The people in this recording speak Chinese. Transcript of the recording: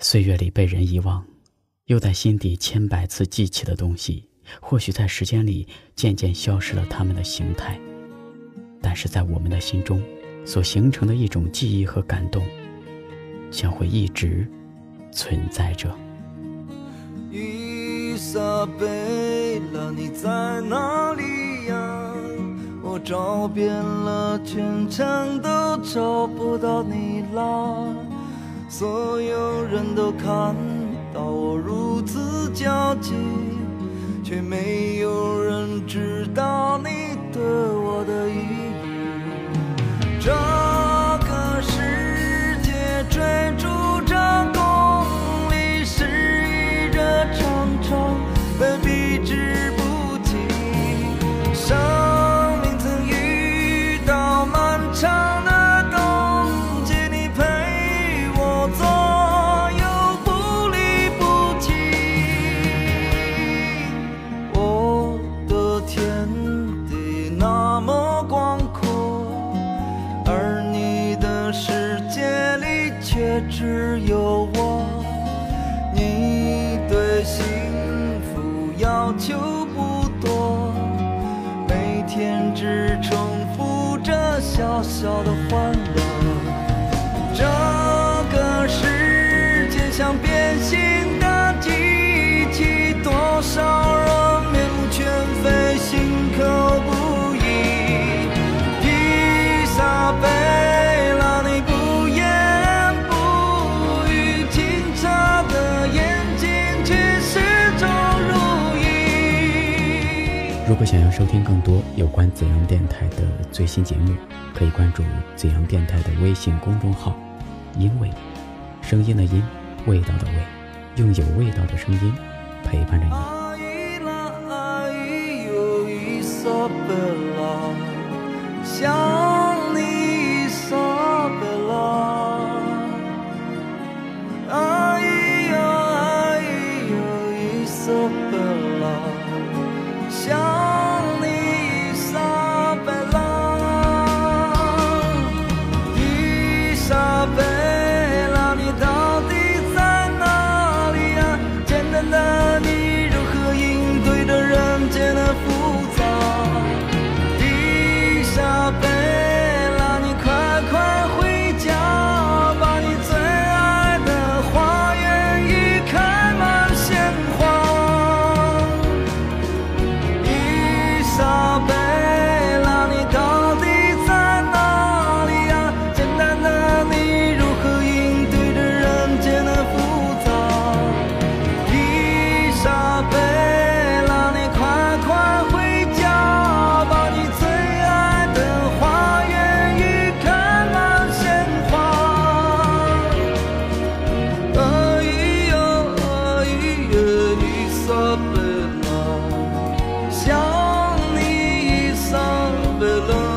岁月里被人遗忘，又在心底千百次记起的东西，或许在时间里渐渐消失了它们的形态，但是在我们的心中所形成的一种记忆和感动，将会一直存在着。 伊莎贝拉，你在哪里呀？我找遍了全城都找不到你啦。所有人都看到我如此焦急，却没有人知道你对我的意义。这个世界追逐着功利，是一热常常被避之不及。生命曾遇到漫长的冬季，你陪我左右不离不弃。我的天地那么广阔，而你的世界里却只有我。你对幸福要求不多，每天只重复着小小的欢乐。这个世界像变形的机器，多少人面目全非，心口不一。伊莎贝拉，你不言不语，清澈的眼睛却始终如一。 如果想要收听更多有关紫阳电台的最新节目，可以关注紫阳电台的微信公众号因为，声音的音，味道的味，用有味道的声音陪伴着你。 爱啦爱哟伊莎贝拉，想你伊莎贝拉，爱哟伊莎贝拉，想你伊莎贝拉。伊莎贝拉，你到底在哪里呀？简单的你如何应对着人间的复杂？伊莎贝拉，你快快回家，把你最爱的花园已开满鲜花。伊莎贝拉，你到底在哪里呀？简单的你如何应对着人间的复杂？伊莎贝拉，你快快回家，把你最爱的花园已开满鲜花。哎呦伊莎贝拉，想你伊莎贝拉。